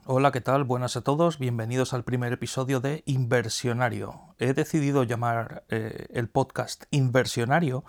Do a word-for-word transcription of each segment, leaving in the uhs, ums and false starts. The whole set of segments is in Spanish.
Hola, ¿qué tal? Buenas a todos, bienvenidos al primer episodio de Inversionario. He decidido llamar eh, el podcast Inversionario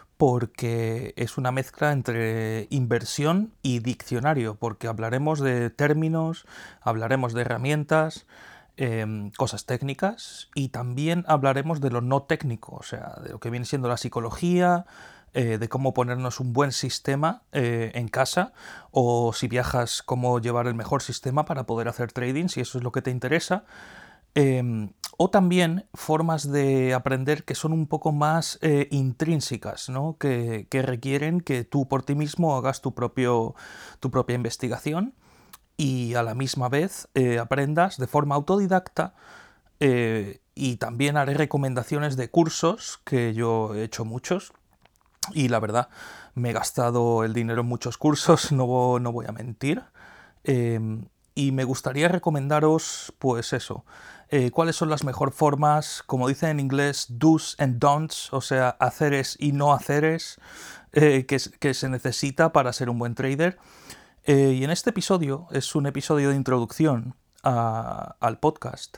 porque es una mezcla entre inversión y diccionario, porque hablaremos de términos, hablaremos de herramientas, eh, cosas técnicas y también hablaremos de lo no técnico, o sea, de lo que viene siendo la psicología, eh, de cómo ponernos un buen sistema eh, en casa o si viajas, cómo llevar el mejor sistema para poder hacer trading, si eso es lo que te interesa. Eh, o también formas de aprender que son un poco más eh, intrínsecas, ¿no? que, que requieren que tú por ti mismo hagas tu, propio, tu propia investigación y a la misma vez eh, aprendas de forma autodidacta. Eh, y también haré recomendaciones de cursos, que yo he hecho muchos, y la verdad me he gastado el dinero en muchos cursos, no, no voy a mentir. Eh, y me gustaría recomendaros, pues eso, eh, cuáles son las mejores formas, como dicen en inglés, do's and don'ts, o sea, haceres y no haceres, eh, que, que se necesita para ser un buen trader. Eh, y en este episodio es un episodio de introducción a, al podcast.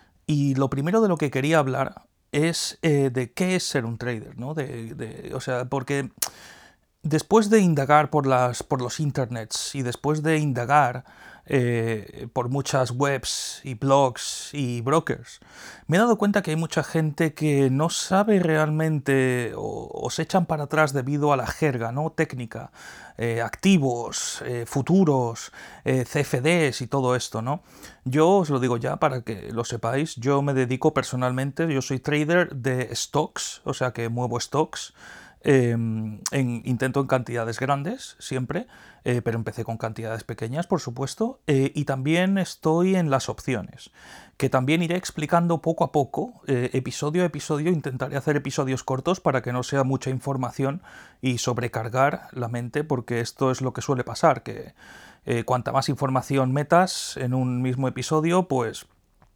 Y lo primero de lo que quería hablar es eh, de qué es ser un trader, ¿no? De, de, o sea, porque después de indagar por, las, por los internets y después de indagar eh, por muchas webs y blogs y brokers, me he dado cuenta que hay mucha gente que no sabe realmente o, o se echan para atrás debido a la jerga, ¿no? Técnica, eh, activos, eh, futuros, eh, C F Ds y todo esto, ¿no? Yo os lo digo ya para que lo sepáis, yo me dedico personalmente, yo soy trader de stocks, o sea que muevo stocks. Eh, en, intento en cantidades grandes siempre, eh, pero empecé con cantidades pequeñas, por supuesto, eh, y también estoy en las opciones, que también iré explicando poco a poco, eh, episodio a episodio. Intentaré hacer episodios cortos para que no sea mucha información y sobrecargar la mente, porque esto es lo que suele pasar, que eh, cuanta más información metas en un mismo episodio, pues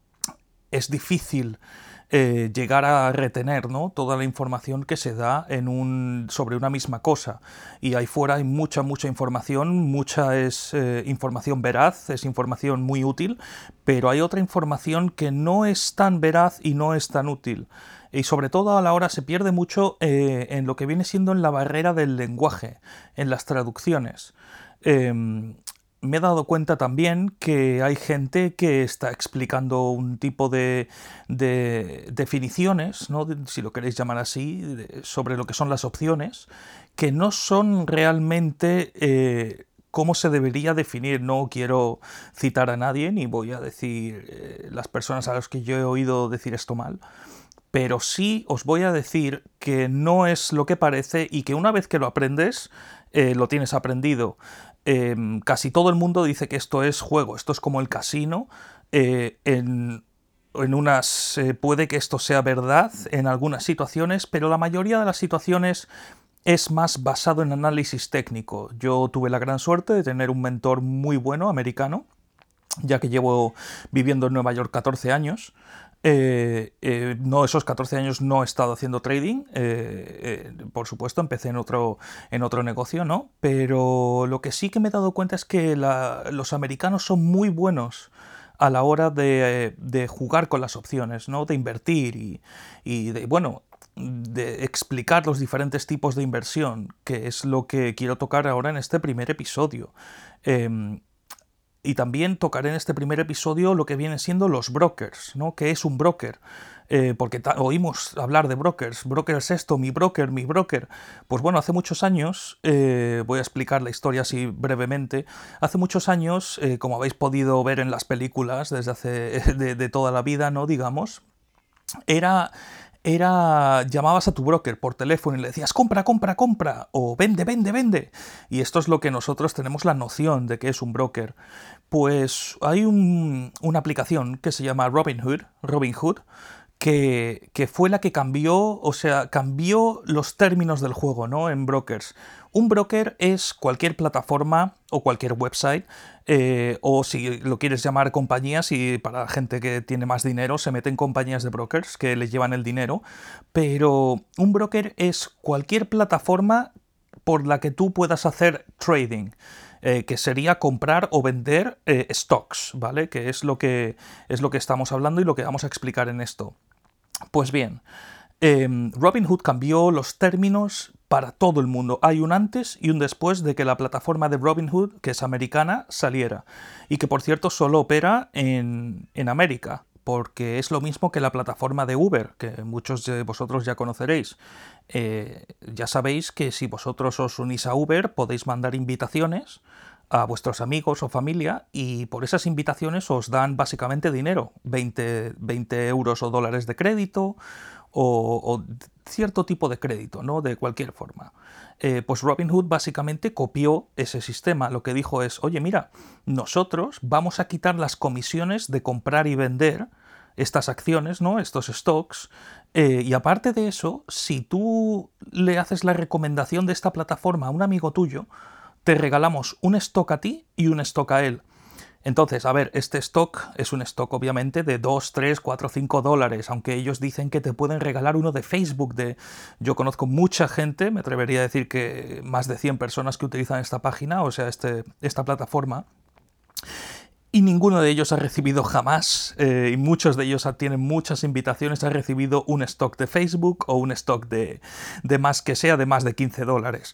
es difícil eh, llegar a retener, ¿no?, toda la información que se da en un, sobre una misma cosa. Y ahí fuera hay mucha, mucha información, mucha es eh, información veraz, es información muy útil, pero hay otra información que no es tan veraz y no es tan útil. Y sobre todo a la hora se pierde mucho eh, en lo que viene siendo en la barrera del lenguaje, en las traducciones. Eh, me he dado cuenta también que hay gente que está explicando un tipo de, de definiciones, ¿no?, si lo queréis llamar así, de, sobre lo que son las opciones, que no son realmente eh, cómo se debería definir. No quiero citar a nadie ni voy a decir eh, las personas a las que yo he oído decir esto mal, pero sí os voy a decir que no es lo que parece y que una vez que lo aprendes, eh, lo tienes aprendido. Eh, casi todo el mundo dice que esto es juego, esto es como el casino. Eh, en, en unas eh, puede que esto sea verdad en algunas situaciones, pero la mayoría de las situaciones es más basado en análisis técnico. Yo tuve la gran suerte de tener un mentor muy bueno, americano, ya que llevo viviendo en Nueva York catorce años. Eh, eh, no, esos catorce años no he estado haciendo trading, eh, eh, por supuesto, empecé en otro, en otro negocio, ¿no? Pero lo que sí que me he dado cuenta es que la, los americanos son muy buenos a la hora de, de jugar con las opciones, ¿no?, de invertir y, y de, bueno, de explicar los diferentes tipos de inversión, que es lo que quiero tocar ahora en este primer episodio. Eh, y también tocaré en este primer episodio lo que vienen siendo los brokers, ¿no? ¿Qué es un broker? Eh, porque oímos hablar de brokers, brokers esto, mi broker, mi broker. Pues bueno, hace muchos años, eh, voy a explicar la historia así brevemente, hace muchos años, eh, como habéis podido ver en las películas desde hace de, de toda la vida, ¿no?, digamos, era era llamabas a tu broker por teléfono y le decías compra, compra, compra o vende, vende, vende. Y esto es lo que nosotros tenemos la noción de que es un broker. Pues hay un, una aplicación que se llama Robinhood, Robinhood, que, que fue la que cambió, o sea, cambió los términos del juego, ¿no?, en brokers. Un broker es cualquier plataforma o cualquier website, eh, o si lo quieres llamar compañías, y para la gente que tiene más dinero se meten compañías de brokers que les llevan el dinero, pero un broker es cualquier plataforma por la que tú puedas hacer trading. eh, que sería comprar o vender eh, stocks, ¿vale? Que es lo que, es lo que estamos hablando y lo que vamos a explicar en esto. Pues bien, eh, Robinhood cambió los términos para todo el mundo. Hay un antes y un después de que la plataforma de Robinhood, que es americana, saliera. Y que por cierto solo opera en, en América, porque es lo mismo que la plataforma de Uber, que muchos de vosotros ya conoceréis. Eh, ya sabéis que si vosotros os unís a Uber podéis mandar invitaciones a vuestros amigos o familia y por esas invitaciones os dan básicamente dinero, veinte, veinte euros o dólares de crédito o, o cierto tipo de crédito, ¿no? De cualquier forma. Eh, pues Robinhood básicamente copió ese sistema. Lo que dijo es, oye, mira, nosotros vamos a quitar las comisiones de comprar y vender estas acciones, ¿no? Estos stocks. Eh, y aparte de eso, si tú le haces la recomendación de esta plataforma a un amigo tuyo, te regalamos un stock a ti y un stock a él. Entonces, a ver, este stock es un stock obviamente de dos, tres, cuatro, cinco dólares, aunque ellos dicen que te pueden regalar uno de Facebook. De... Yo conozco mucha gente, me atrevería a decir que más de cien personas que utilizan esta página, o sea, este, esta plataforma, y ninguno de ellos ha recibido jamás, eh, y muchos de ellos tienen muchas invitaciones, ha recibido un stock de Facebook o un stock de, de más que sea de más de quince dólares.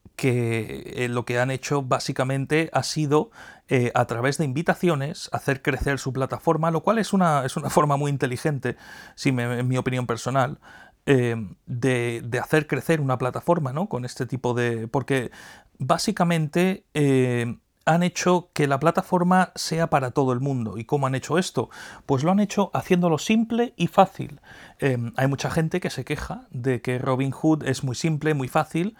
Que eh, lo que han hecho básicamente ha sido, eh, a través de invitaciones, hacer crecer su plataforma, lo cual es una, es una forma muy inteligente, si me, en mi opinión personal, eh, de, de hacer crecer una plataforma, ¿no? Con este tipo de... Porque básicamente... Eh, han hecho que la plataforma sea para todo el mundo. ¿Y cómo han hecho esto? Pues lo han hecho haciéndolo simple y fácil. Eh, hay mucha gente que se queja de que Robinhood es muy simple, muy fácil,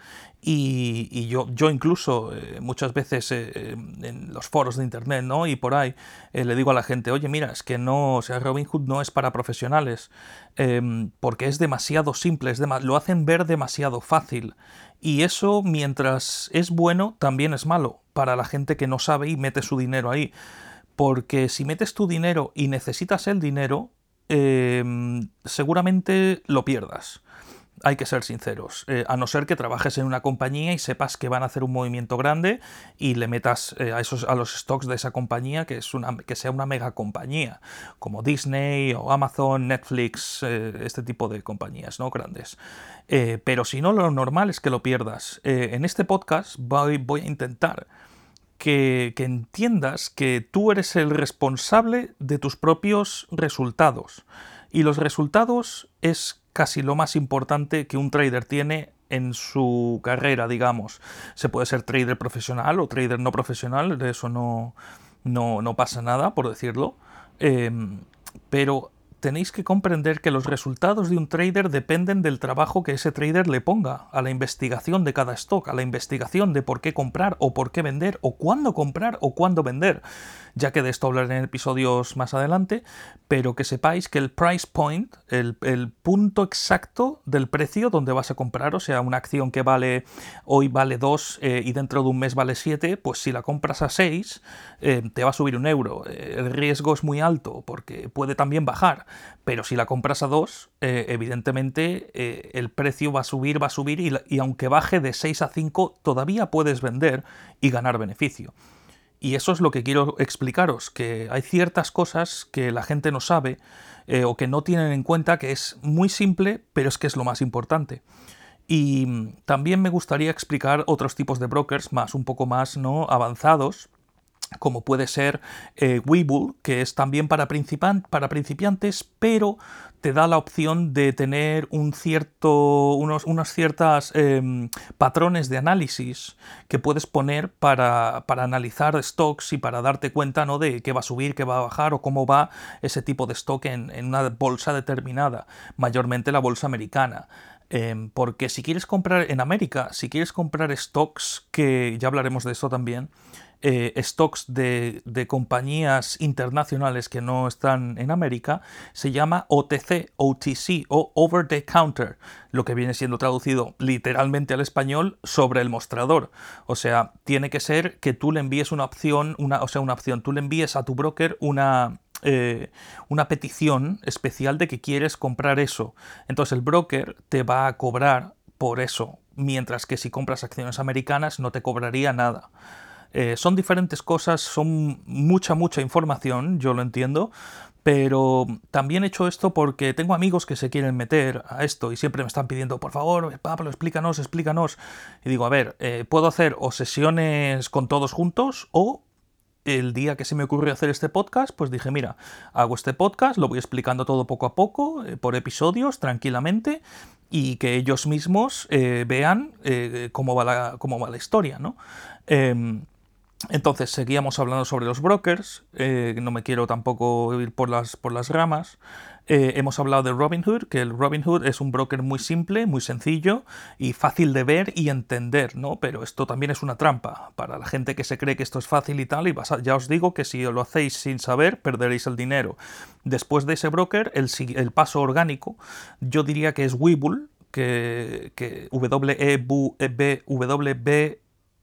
y, y yo, yo incluso eh, muchas veces eh, en los foros de internet, ¿no? Y por ahí eh, le digo a la gente, oye, mira, es que no, o sea, Robinhood no es para profesionales, eh, porque es demasiado simple, es dema- lo hacen ver demasiado fácil. Y eso, mientras es bueno, también es malo para la gente que no sabe y mete su dinero ahí. Porque si metes tu dinero y necesitas el dinero, eh, seguramente lo pierdas. Hay que ser sinceros, eh, a no ser que trabajes en una compañía y sepas que van a hacer un movimiento grande y le metas eh, a, esos, a los stocks de esa compañía, que, es una, que sea una mega compañía, como Disney o Amazon, Netflix, eh, este tipo de compañías, ¿no? Grandes. Eh, pero si no, lo normal es que lo pierdas. Eh, en este podcast voy, voy a intentar que, que entiendas que tú eres el responsable de tus propios resultados. Y los resultados es casi lo más importante que un trader tiene en su carrera, digamos. Se puede ser trader profesional o trader no profesional, de eso no, no, no pasa nada, por decirlo. Eh, pero tenéis que comprender que los resultados de un trader dependen del trabajo que ese trader le ponga a la investigación de cada stock, a la investigación de por qué comprar o por qué vender, o cuándo comprar o cuándo vender, ya que de esto hablaré en episodios más adelante, pero que sepáis que el price point, el, el punto exacto del precio donde vas a comprar, o sea, una acción que vale hoy vale dos eh, y dentro de un mes vale siete, pues si la compras a seis eh, te va a subir un euro. Eh, el riesgo es muy alto porque puede también bajar, pero si la compras a dos, eh, evidentemente eh, el precio va a subir, va a subir y, y aunque baje de seis a cinco todavía puedes vender y ganar beneficio. Y eso es lo que quiero explicaros, que hay ciertas cosas que la gente no sabe eh, o que no tienen en cuenta, que es muy simple, pero es que es lo más importante. Y también me gustaría explicar otros tipos de brokers más, un poco más ¿no? avanzados, como puede ser eh, Webull, que es también para, principian para principiantes, pero te da la opción de tener un cierto, unos unas ciertas eh, patrones de análisis que puedes poner para, para analizar stocks y para darte cuenta ¿no? de qué va a subir, qué va a bajar o cómo va ese tipo de stock en, en una bolsa determinada, mayormente la bolsa americana. Eh, porque si quieres comprar en América, si quieres comprar stocks, que ya hablaremos de esto también, eh, stocks de, de compañías internacionales que no están en América, se llama O T C, O T C o Over the Counter, lo que viene siendo traducido literalmente al español sobre el mostrador. O sea, tiene que ser que tú le envíes una opción, una, o sea, una opción, tú le envíes a tu broker una... Eh, una petición especial de que quieres comprar eso. Entonces el broker te va a cobrar por eso, mientras que si compras acciones americanas no te cobraría nada. Eh, son diferentes cosas, son mucha, mucha información, yo lo entiendo, pero también he hecho esto porque tengo amigos que se quieren meter a esto y siempre me están pidiendo, por favor, Pablo, explícanos, explícanos. Y digo, a ver, eh, puedo hacer o sesiones con todos juntos o el día que se me ocurrió hacer este podcast, pues dije, mira, hago este podcast, lo voy explicando todo poco a poco, eh, por episodios, tranquilamente, y que ellos mismos eh, vean eh, cómo, va la, cómo va la historia, ¿no? Eh, entonces seguíamos hablando sobre los brokers, eh, no me quiero tampoco ir por las, por las ramas. Eh, hemos hablado de Robinhood, que el Robinhood es un broker muy simple, muy sencillo y fácil de ver y entender, ¿no? Pero esto también es una trampa para la gente que se cree que esto es fácil y tal, y vas a, ya os digo que si lo hacéis sin saber, perderéis el dinero. Después de ese broker, el, el paso orgánico, yo diría que es Webull, que, que W E B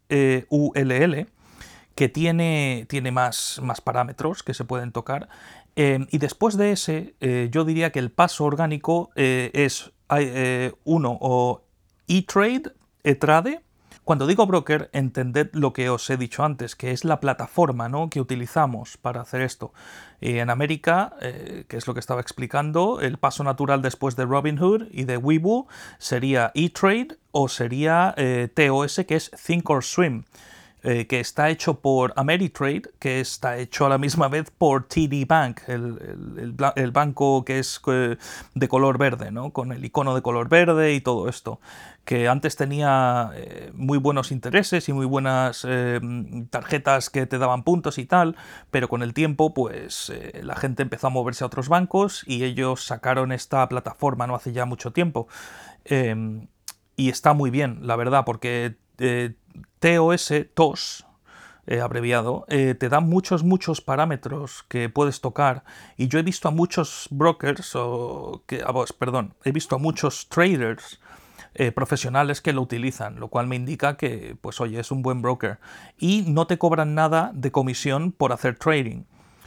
U L L, que tiene, tiene más, más parámetros que se pueden tocar. Eh, y después de ese, eh, yo diría que el paso orgánico eh, es eh, uno o E-Trade, E-Trade. Cuando digo broker, entended lo que os he dicho antes, que es la plataforma, ¿no?, que utilizamos para hacer esto. Eh, en América, eh, que es lo que estaba explicando, el paso natural después de Robinhood y de Webull sería E-Trade o sería eh, T O S, que es Thinkorswim. Eh, que está hecho por Ameritrade, que está hecho a la misma vez por T D Bank, el, el, el, el banco que es eh, de color verde, ¿no?, con el icono de color verde y todo esto, que antes tenía eh, muy buenos intereses y muy buenas eh, tarjetas que te daban puntos y tal, pero con el tiempo pues eh, la gente empezó a moverse a otros bancos y ellos sacaron esta plataforma no hace ya mucho tiempo. Eh, y está muy bien, la verdad, porque eh, T O S, T O S, eh, abreviado, eh, te da muchos, muchos parámetros que puedes tocar. Y yo he visto a muchos brokers, o que, ah, pues, perdón, he visto a muchos traders eh, profesionales que lo utilizan, lo cual me indica que, pues oye, es un buen broker. Y no te cobran nada de comisión por hacer trading.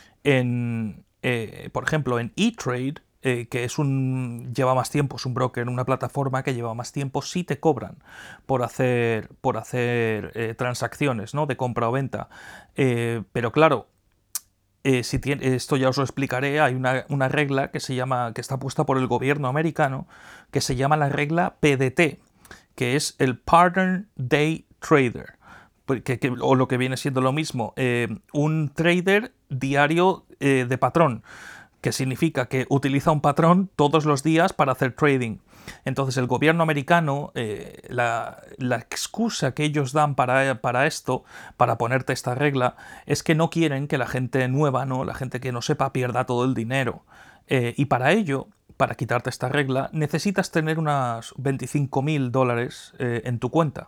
En, eh, por ejemplo, en E-Trade, Eh, que es un lleva más tiempo, es un broker, una plataforma que lleva más tiempo, sí te cobran por hacer, por hacer eh, transacciones, ¿no?, de compra o venta. Eh, pero claro, eh, si tiene, esto ya os lo explicaré, hay una, una regla que se llama, que está puesta por el gobierno americano, que se llama la regla P D T, que es el Partner Day Trader. Que, que, o lo que viene siendo lo mismo, eh, un trader diario eh, de patrón, que significa que utiliza un patrón todos los días para hacer trading. Entonces el gobierno americano, eh, la, la excusa que ellos dan para, para esto, para ponerte esta regla, es que no quieren que la gente nueva, ¿no?, la gente que no sepa, pierda todo el dinero. Eh, y para ello, para quitarte esta regla, necesitas tener unas veinticinco mil dólares eh, en tu cuenta.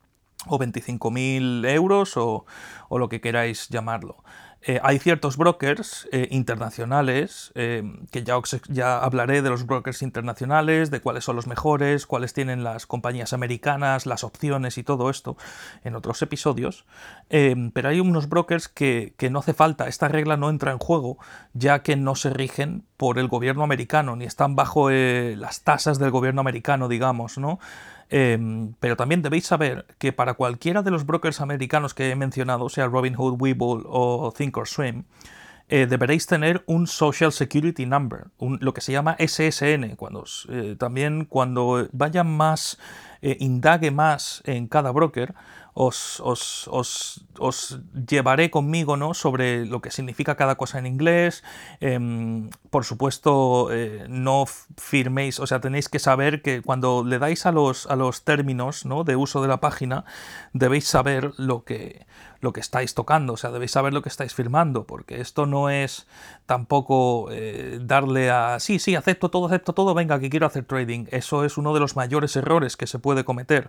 O veinticinco mil euros o, o lo que queráis llamarlo. Eh, hay ciertos brokers eh, internacionales, eh, que ya, os, ya hablaré de los brokers internacionales, de cuáles son los mejores, cuáles tienen las compañías americanas, las opciones y todo esto en otros episodios, eh, pero hay unos brokers que, que no hace falta, esta regla no entra en juego, ya que no se rigen por el gobierno americano, ni están bajo eh, las tasas del gobierno americano, digamos, ¿no? Eh, pero también debéis saber que para cualquiera de los brokers americanos que he mencionado, sea Robinhood, Webull o Thinkorswim, eh, deberéis tener un Social Security Number, un, lo que se llama S S N. Cuando, eh, también cuando vaya más, eh, indague más en cada broker, os, os, os, os llevaré conmigo, ¿no?, sobre lo que significa cada cosa en inglés. Eh, por supuesto, eh, no firméis, o sea, tenéis que saber que cuando le dais a los, a los términos, ¿no?, de uso de la página, debéis saber lo que, lo que estáis tocando, o sea, debéis saber lo que estáis firmando, porque esto no es tampoco eh, darle a sí, sí, acepto todo, acepto todo, venga, que quiero hacer trading. Eso es uno de los mayores errores que se puede cometer.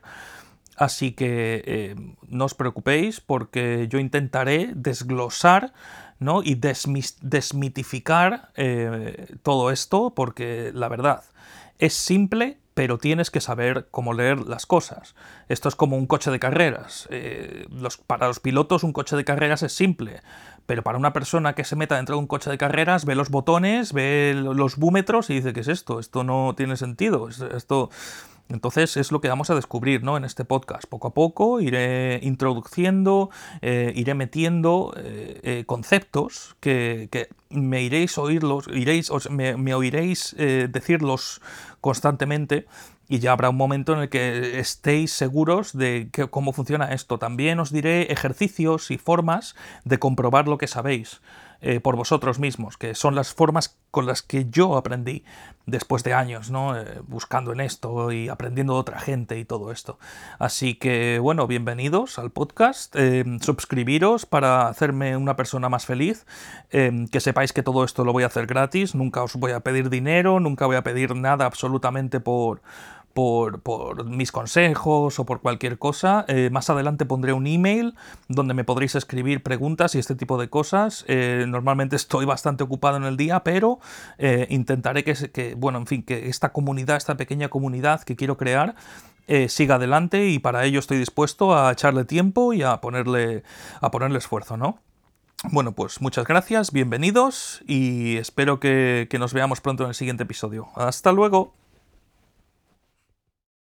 Así que eh, no os preocupéis, porque yo intentaré desglosar, ¿no?, y desmis desmitificar eh, todo esto, porque la verdad es simple, pero tienes que saber cómo leer las cosas. Esto es como un coche de carreras. Eh, los, para los pilotos un coche de carreras es simple, pero para una persona que se meta dentro de un coche de carreras, ve los botones, ve los búmetros y dice, ¿qué es esto? Esto no tiene sentido. Esto Entonces es lo que vamos a descubrir, ¿no?, en este podcast. Poco a poco iré introduciendo, eh, iré metiendo eh, eh, conceptos que, que me iréis oírlos, iréis, os, me, me oiréis eh, decirlos constantemente. Y ya habrá un momento en el que estéis seguros de que, cómo funciona esto. También os diré ejercicios y formas de comprobar lo que sabéis eh, por vosotros mismos, que son las formas con las que yo aprendí después de años, ¿no?, eh, buscando en esto y aprendiendo de otra gente y todo esto. Así que, bueno, bienvenidos al podcast. Eh, suscribiros para hacerme una persona más feliz. Eh, que sepáis que todo esto lo voy a hacer gratis. Nunca os voy a pedir dinero, nunca voy a pedir nada absolutamente por... Por, por mis consejos o por cualquier cosa. Eh, más adelante pondré un email donde me podréis escribir preguntas y este tipo de cosas. Eh, normalmente estoy bastante ocupado en el día, pero eh, intentaré que, que, bueno, en fin, que esta comunidad, esta pequeña comunidad que quiero crear, eh, siga adelante, y para ello estoy dispuesto a echarle tiempo y a ponerle, a ponerle esfuerzo, ¿no? Bueno, pues muchas gracias, bienvenidos, y espero que, que nos veamos pronto en el siguiente episodio. ¡Hasta luego!